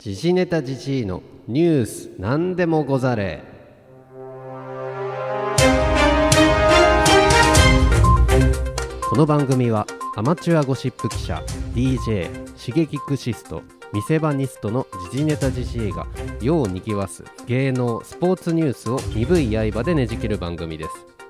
時事ネタ時事のニュースなんでもござれ。この番組はアマチュアゴシップ記者 DJ シゲキクシスト見せ場ニストの時事ネタ時事が世をにぎわす芸能スポーツニュースを鈍い刃でねじ切る番組です。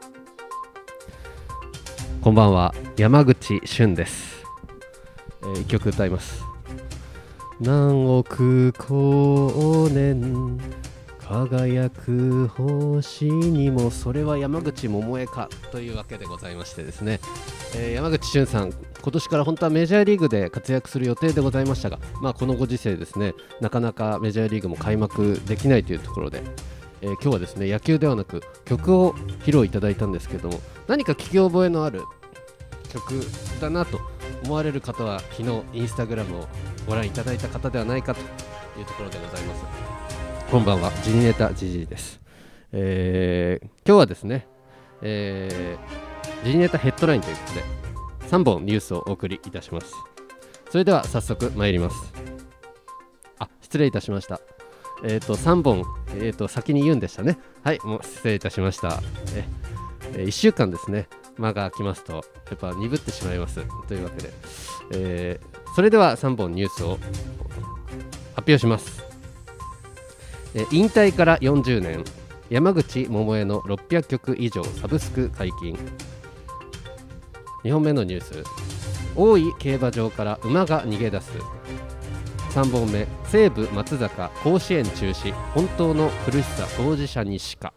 こんばんは、山口俊です。一曲歌います。何億光年輝く星にもそれは山口百恵かというわけでございましてですね、山口俊さん、今年から本当はメジャーリーグで活躍する予定でございましたが、このご時世ですね、なかなかメジャーリーグも開幕できないというところで、今日はですね、野球ではなく曲を披露いただいたんですけども、何か聞き覚えのある曲だなと思われる方は昨日インスタグラムをご覧いただいた方ではないかというところでございます。こんばんは、時事ネタ時事です。今日はですね、時事ネタヘッドラインということで3本ニュースをお送りいたします。それでは早速参ります。失礼いたしました。3本、先に言うんでしたね。はい、もう失礼いたしました。1週間ですね、間が空きますとやっぱ鈍ってしまいますというわけで、それでは3本ニュースを発表します。引退から40年、山口百恵の600曲以上サブスク解禁。2本目のニュース、大井競馬場から馬が逃げ出す。3本目、西武松坂甲子園中止、本当の苦しさ当事者にしか。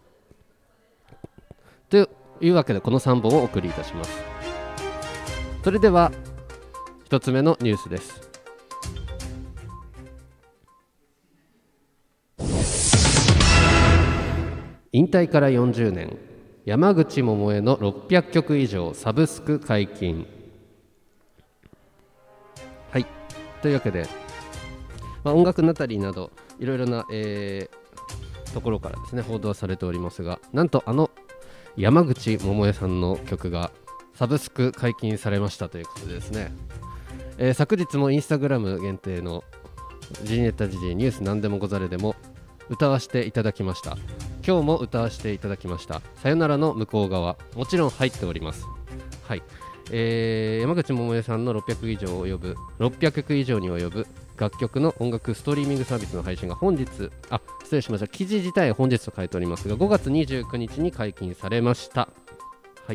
というわけでこの3本をお送りいたします。それでは1つ目のニュースです。引退から40年、山口百恵の600曲以上サブスク解禁。はい、というわけで、音楽ナタリーなどいろいろな、ところからですね報道されておりますが、なんと山口百恵さんの曲がサブスク解禁されましたということでですね、昨日もインスタグラム限定の時事ネタ時事ニュースなんでもござれでも歌わせていただきました。今日も歌わせていただきましたさよならの向こう側、もちろん入っております。はい、山口百恵さんの600曲以上に及ぶ楽曲の音楽ストリーミングサービスの配信が本日、失礼しました、記事自体は本日と書いておりますが5月29日に解禁されました。はい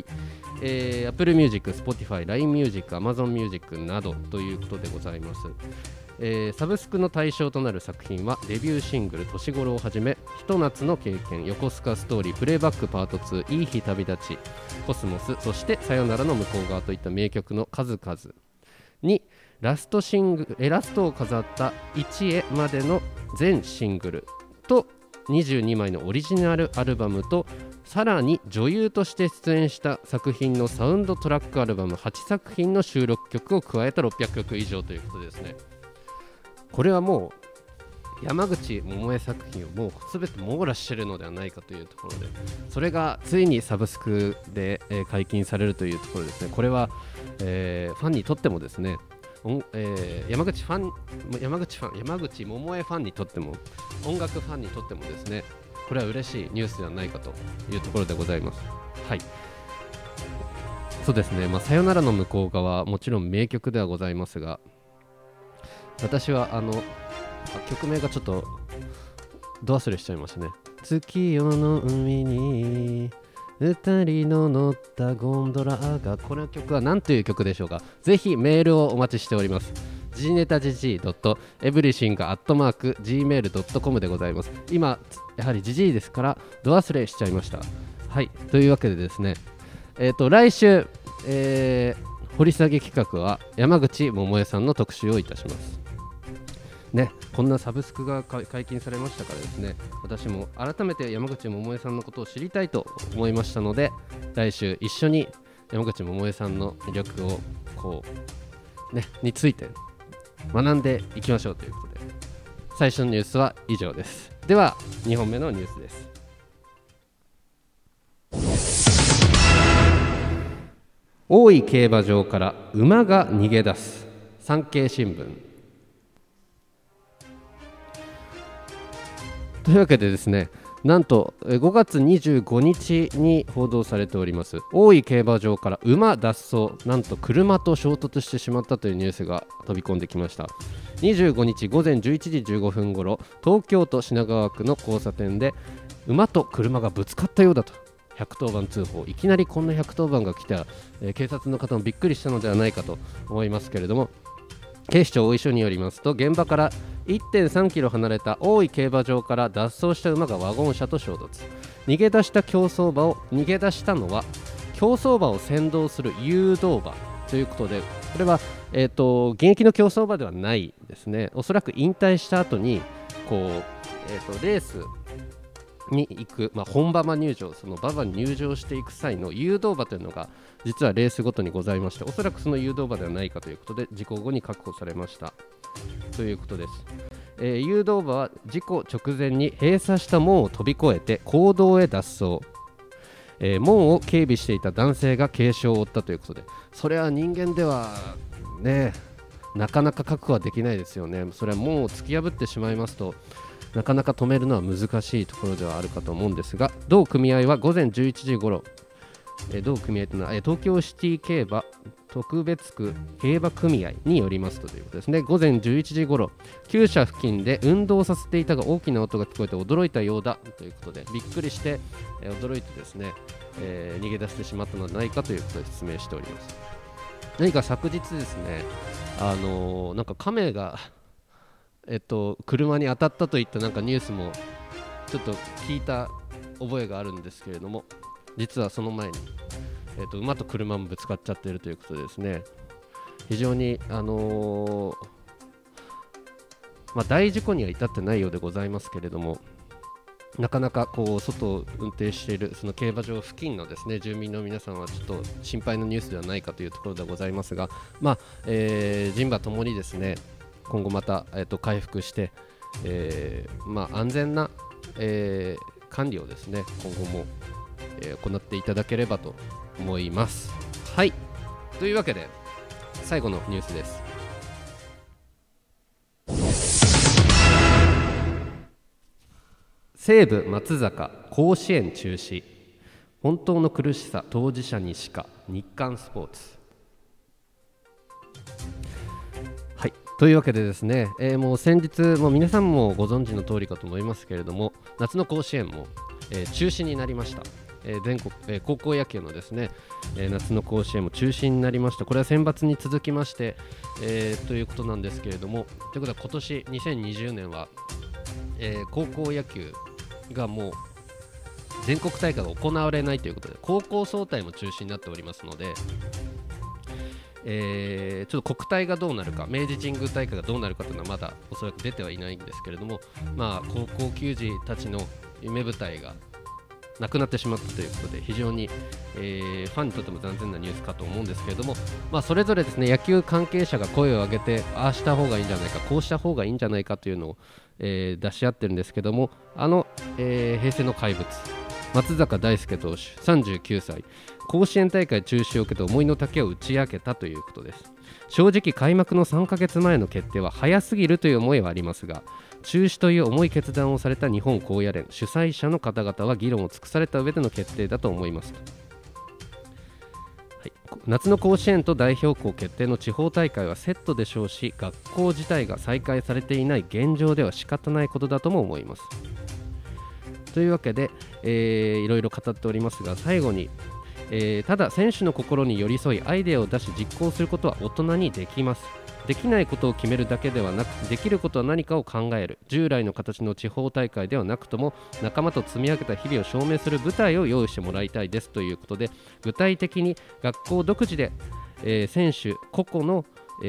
、Apple Music、Spotify、LINE Music、Amazon Music などということでございます。サブスクの対象となる作品はデビューシングル年頃をはじめ、ひと夏の経験、横須賀ストーリー、プレイバックパート2、いい日旅立ち、コスモス、そしてさよならの向こう側といった名曲の数々にラストを飾った1へまでの全シングルと22枚のオリジナルアルバムと、さらに女優として出演した作品のサウンドトラックアルバム8作品の収録曲を加えた600曲以上ということですね。これはもう山口百恵作品をもう全て網羅しているのではないかというところで、それがついにサブスクで、解禁されるというところですね。これは、ファンにとってもですね、山口百恵ファンにとっても音楽ファンにとってもですね、これは嬉しいニュースではないかというところでございます。はい、そうですね、さよならの向こう側、もちろん名曲ではございますが、私は曲名がちょっとど忘れしちゃいましたね。月夜の海に二人の乗ったゴンドラが、この曲は何という曲でしょうか。ぜひメールをお待ちしております。時事ネタ時事.everything@gmail.com でございます。今やはり時事ですからど忘れしちゃいました。はい、というわけでですね、来週、掘り下げ企画は山口百恵さんの特集をいたしますね。こんなサブスクが解禁されましたからですね、私も改めて山口百恵さんのことを知りたいと思いましたので、来週一緒に山口百恵さんの魅力をについて学んでいきましょうということで、最初のニュースは以上です。では2本目のニュースです。大井競馬場から馬が逃げ出す。産経新聞。 というわけでですね、なんと5月25日に報道されております大井競馬場から馬脱走、なんと車と衝突してしまったというニュースが飛び込んできました。25日午前11時15分ごろ、東京都品川区の交差点で馬と車がぶつかったようだと110番通報。いきなりこんな110番が来た、警察の方もびっくりしたのではないかと思いますけれども、警視庁大井署によりますと、現場から 1.3 キロ離れた大井競馬場から脱走した馬がワゴン車と衝突。逃げ出したのは競走馬を先導する誘導馬ということで、これは、現役の競走馬ではないですね。おそらく引退した後にレースに行く、本馬場入場、その馬場に入場していく際の誘導馬というのが実はレースごとにございまして、おそらくその誘導馬ではないかということで事故後に確保されましたということです。誘導馬は事故直前に閉鎖した門を飛び越えて公道へ脱走。門を警備していた男性が軽傷を負ったということで、それは人間ではね、なかなか確保はできないですよね。それは門を突き破ってしまいますと、なかなか止めるのは難しいところではあるかと思うんですが、同組合は午前11時ごろ、同組合というのは東京シティ競馬特別区競馬組合によりますということですね。午前11時ごろ、厩舎付近で運動させていたが大きな音が聞こえて驚いたようだということで、びっくりして、驚いてですね、逃げ出してしまったのではないかということで説明しております。何か昨日ですね、なんか亀が車に当たったといったなんかニュースもちょっと聞いた覚えがあるんですけれども、実はその前に、馬と車もぶつかっちゃっているということでですね、非常に大事故には至ってないようでございますけれども、なかなか外を運転しているその競馬場付近のですね住民の皆さんはちょっと心配なニュースではないかというところでございますが、人馬ともにですね今後また、回復して、安全な、管理をですね今後も、行っていただければと思います。はい、というわけで最後のニュースです。西武松坂甲子園中止、本当の苦しさ当事者にしか。日刊スポーツ。はい、というわけでですね、もう先日皆さんもご存知の通りかと思いますけれども、夏の甲子園も、中止になりました。全国、高校野球のですね、夏の甲子園も中止になりました。これは選抜に続きまして、ということなんですけれども、ということは今年2020年は、高校野球がもう全国大会が行われないということで、高校総体も中止になっておりますので、ちょっと国体がどうなるか、明治神宮大会がどうなるかというのはまだおそらく出てはいないんですけれども、高校球児たちの夢舞台がなくなってしまったということで、非常に、ファンにとっても残念なニュースかと思うんですけれども、それぞれですね野球関係者が声を上げて、ああした方がいいんじゃないか、こうした方がいいんじゃないかというのを、出し合ってるんですけども、平成の怪物松坂大輔投手39歳、甲子園大会中止を受けて思いの丈を打ち明けたということです。正直開幕の3ヶ月前の決定は早すぎるという思いはありますが、中止という重い決断をされた日本高野連主催者の方々は議論を尽くされた上での決定だと思いますと。はい、夏の甲子園と代表校決定の地方大会はセットでしょうし、学校自体が再開されていない現状では仕方ないことだとも思います。というわけで、いろいろ語っておりますが、最後に、ただ選手の心に寄り添いアイデアを出し実行することは大人にできます。できないことを決めるだけではなく、できることは何かを考える。従来の形の地方大会ではなくとも仲間と積み上げた日々を証明する舞台を用意してもらいたいですということで、具体的に学校独自で、選手個々の、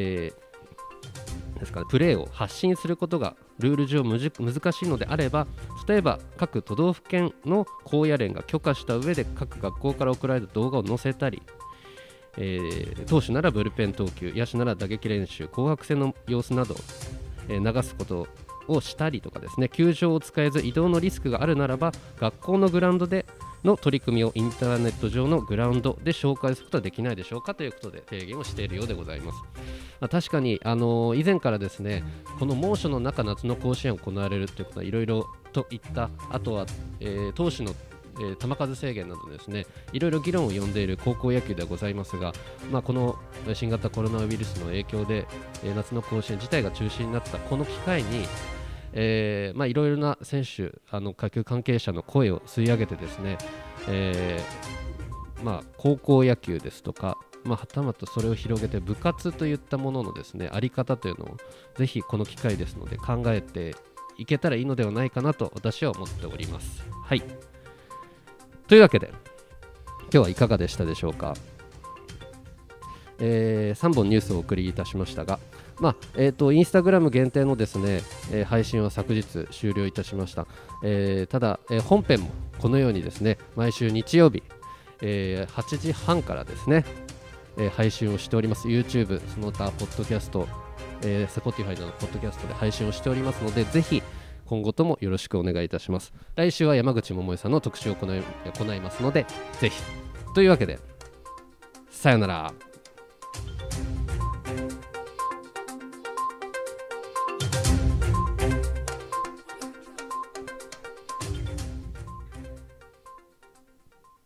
ですかね、プレーを発信することがルール上難しいのであれば、例えば各都道府県の高野連が許可した上で各学校から送られた動画を載せたり、投手ならブルペン投球、野手なら打撃練習、紅白戦の様子などを、流すことをしたりとかですね、球場を使えず移動のリスクがあるならば学校のグラウンドで、 の取り組みをインターネット上のグラウンドで紹介することはできないでしょうかということで提言をしているようでございます。確かに、以前からですね、この猛暑の中夏の甲子園行われるということはいろいろといった、あとは、投手の球数制限などですね、いろいろ議論を呼んでいる高校野球ではございますが、この新型コロナウイルスの影響で、夏の甲子園自体が中止になったこの機会に、いろいろな選手、下級関係者の声を吸い上げてですね、高校野球ですとか、はたまたそれを広げて部活といったもののですね、あり方というのをぜひこの機会ですので考えていけたらいいのではないかなと私は思っております。はい、というわけで今日はいかがでしたでしょうか。3本ニュースをお送りいたしましたが、インスタグラム限定のですね、配信は昨日終了いたしました。ただ、本編もこのようにですね、毎週日曜日、8時半からですね、配信をしております。 YouTube、 その他ポッドキャスト、Spotify などポッドキャストで配信をしておりますので、ぜひ今後ともよろしくお願いいたします。来週は山口百恵さんの特集を行いますので、ぜひ。というわけでさよなら。